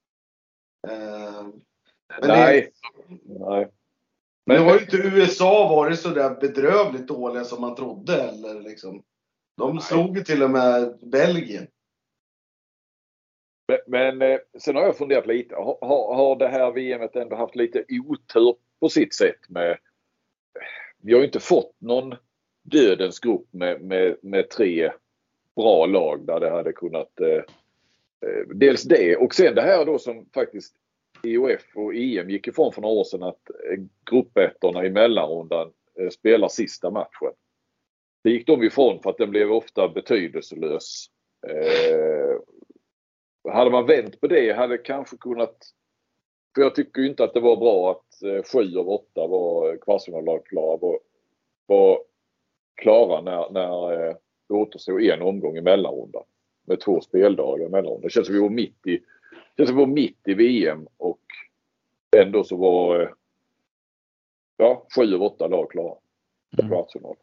Nej. Men nu har ju inte USA varit så där bedrövligt dåliga som man trodde. Eller liksom. De slog ju till och med Belgien. Men sen har jag funderat lite. Har det här VMet ändå haft lite otur på sitt sätt med... Vi har ju inte fått någon dödens grupp med 3 bra lag där det hade kunnat... dels det och sen det här då som faktiskt EOF och EM gick ifrån för några år sedan att gruppettorna i mellanrundan spelar sista matchen. Det gick de ifrån för att den blev ofta betydelselös. Hade man vänt på det hade kanske kunnat... För jag tycker ju inte att det var bra att 7 av 8 var kvartsfinallag klara. Var klara när det återstod en omgång i mellanrundan. Med 2 speldagar i mellanrundan. Det känns som vi var mitt i VM och ändå så var 7 av 8 lag klara på kvartsfinal.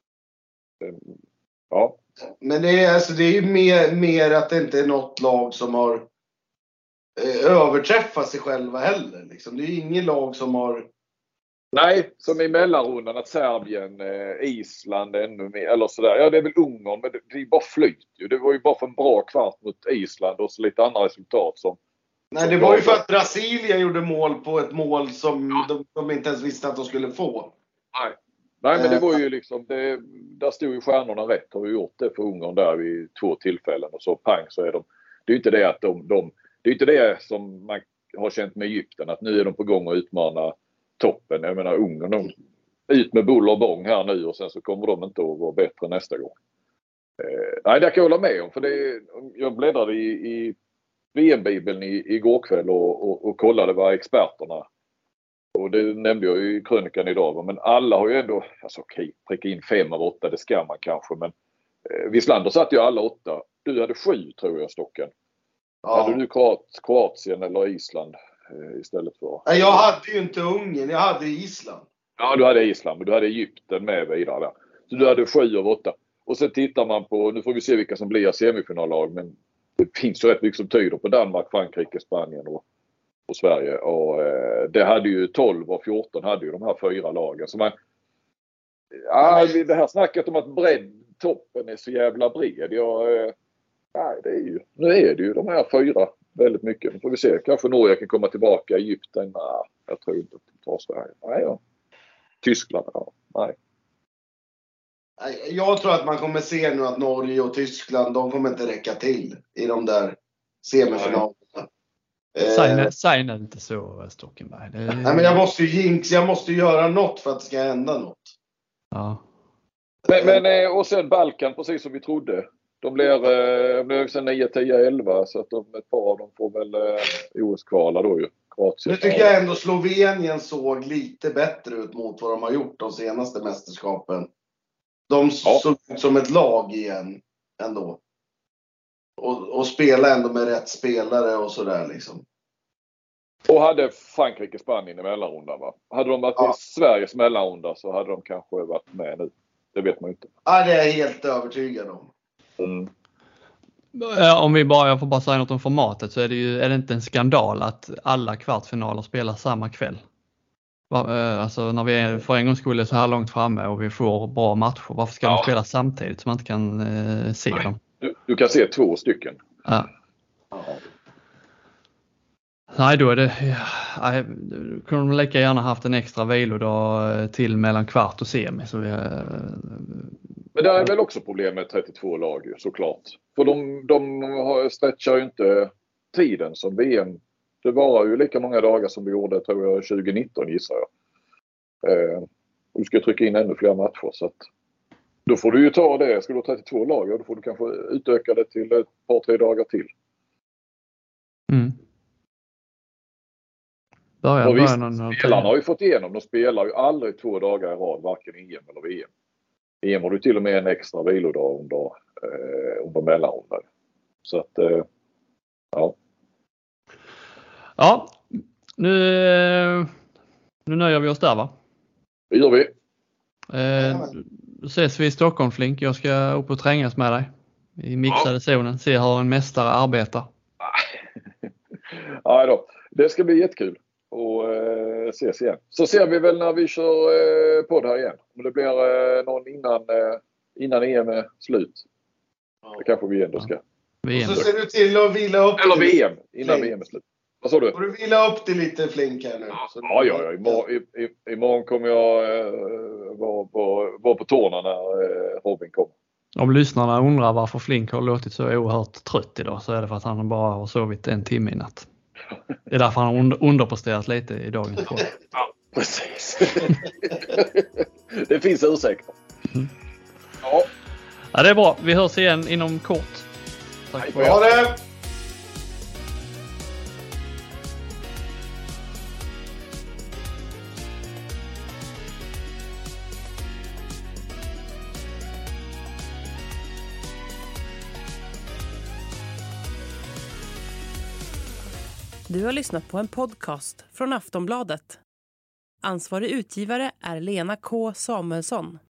Ja. Men det är ju mer att det inte är något lag som har överträffat sig själva heller. Liksom. Det är ju ingen lag som har... Nej, som i mellanrundan att Serbien, Island ännu mer eller sådär. Ja, det är väl Ungern, men det är bara flyt. Det var ju bara för en bra kvart mot Island och så lite andra resultat som... Nej, det var ju för att Brasilien gjorde mål på ett mål som de inte ens visste att de skulle få. Nej, men det var ju liksom, där stod ju stjärnorna rätt. Har vi gjort det för Ungern där vid 2 tillfällen och så pang så är de... Det är ju inte det att det är inte det som man har känt med Egypten, att nu är de på gång att utmana toppen. Jag menar Ungern, ut med buller och bång här nu och sen så kommer de inte att vara bättre nästa gång. Nej, det kan jag hålla med om. För jag bläddrade i VM-bibeln igår kväll och kollade vad experterna, och det nämnde jag i krönikan idag, men alla har ju ändå, alltså okej, pricka in 5 av 8, det ska man kanske, men Wislander satt ju alla 8. Du hade 7 tror jag, Stocken. Ja. Hade du Kroatien eller Island istället för? Nej, jag hade ju inte Ungern, jag hade Island. Ja, du hade Island, men du hade Egypten med vidare där. Så du hade 7 av 8. Och sen tittar man på, nu får vi se vilka som blir semifinallag, men det finns ju rätt mycket som tyder på Danmark, Frankrike, Spanien och Sverige. Och det hade ju 12 och 14 hade ju de här 4 lagen. Så man, det här snacket om att toppen är så jävla bred. Nej, nu är det ju de här 4 väldigt mycket. Nu får vi se. Kanske Norge kan komma tillbaka. Egypten, nej, jag tror inte att de tar Sverige. Nej, ja. Tyskland, nej. Jag tror att man kommer se nu att Norge och Tyskland, de kommer inte räcka till i de där semifinalerna. Säg nu inte så, Stockenberg. Nej, men jag måste ju göra något för att det ska hända något. Ja. Men och sen Balkan, precis som vi trodde. De blev sen 9, 10, 11 så att ett par av dem får väl OS-kvala då ju. Kroatien. Nu tycker jag ändå Slovenien såg lite bättre ut mot vad de har gjort de senaste mästerskapen. De såg ut som ett lag igen ändå. Och spela ändå med rätt spelare och sådär liksom. Och hade Frankrike Spanien i mellanrundan, va? Hade de varit i Sveriges mellanrunda så hade de kanske varit med nu. Det vet man inte. Ja, det är jag helt övertygad om. Om jag får bara säga något om formatet, så är det inte en skandal att alla kvartsfinaler spelar samma kväll. Alltså när vi är för en gångs skull så här långt framme och vi får bra matcher, varför ska de spela samtidigt så man inte kan se dem? Du kan se 2 stycken. Ja. Nej, då är det... kunde de lika gärna haft en extra vilodag till mellan kvart och semi. Så men det är väl också problem med 32 lag såklart. För de stretchar ju inte tiden som VM. Det var ju lika många dagar som vi gjorde, tror jag, 2019 gissar jag. Du ska trycka in ännu fler matcher så att då får du ju ta det. Ska du ha 32 lag, då får du kanske utöka det till ett par, 3 dagar till. Spelarna har ju fått igenom. De spelar ju aldrig 2 dagar i rad, varken EM eller VM. EM har du till och med en extra vilodag under mellanrundan. Så att, ja. Ja, nu nöjer vi oss där, va? Det gör vi. Ses vi i Stockholm, Flink. Jag ska upp och trängas med dig i mixade zonen. Se hur en mästare arbetar. Ja då. Det ska bli jättekul och ses igen. Så ser vi väl när vi kör podd här igen. Om det blir någon innan EM är slut. Det kanske vi ändå ska. VM. Och så ser du till att vila upp. Eller VM, innan VM är slut. Vad sa du? Får du vila upp det lite, Flink, här nu? Ja. Imorgon kommer jag vara på tårna när Robin kommer. Om lyssnarna undrar varför Flink har låtit så oerhört trött idag, så är det för att han bara har sovit 1 timme i natt. Det är därför han har underpresterat lite i dagens podd. Ja, precis. Det finns ursäkter. Ja, det är bra. Vi hörs igen inom kort. Tack för det. Du har lyssnat på en podcast från Aftonbladet. Ansvarig utgivare är Lena K. Samuelsson.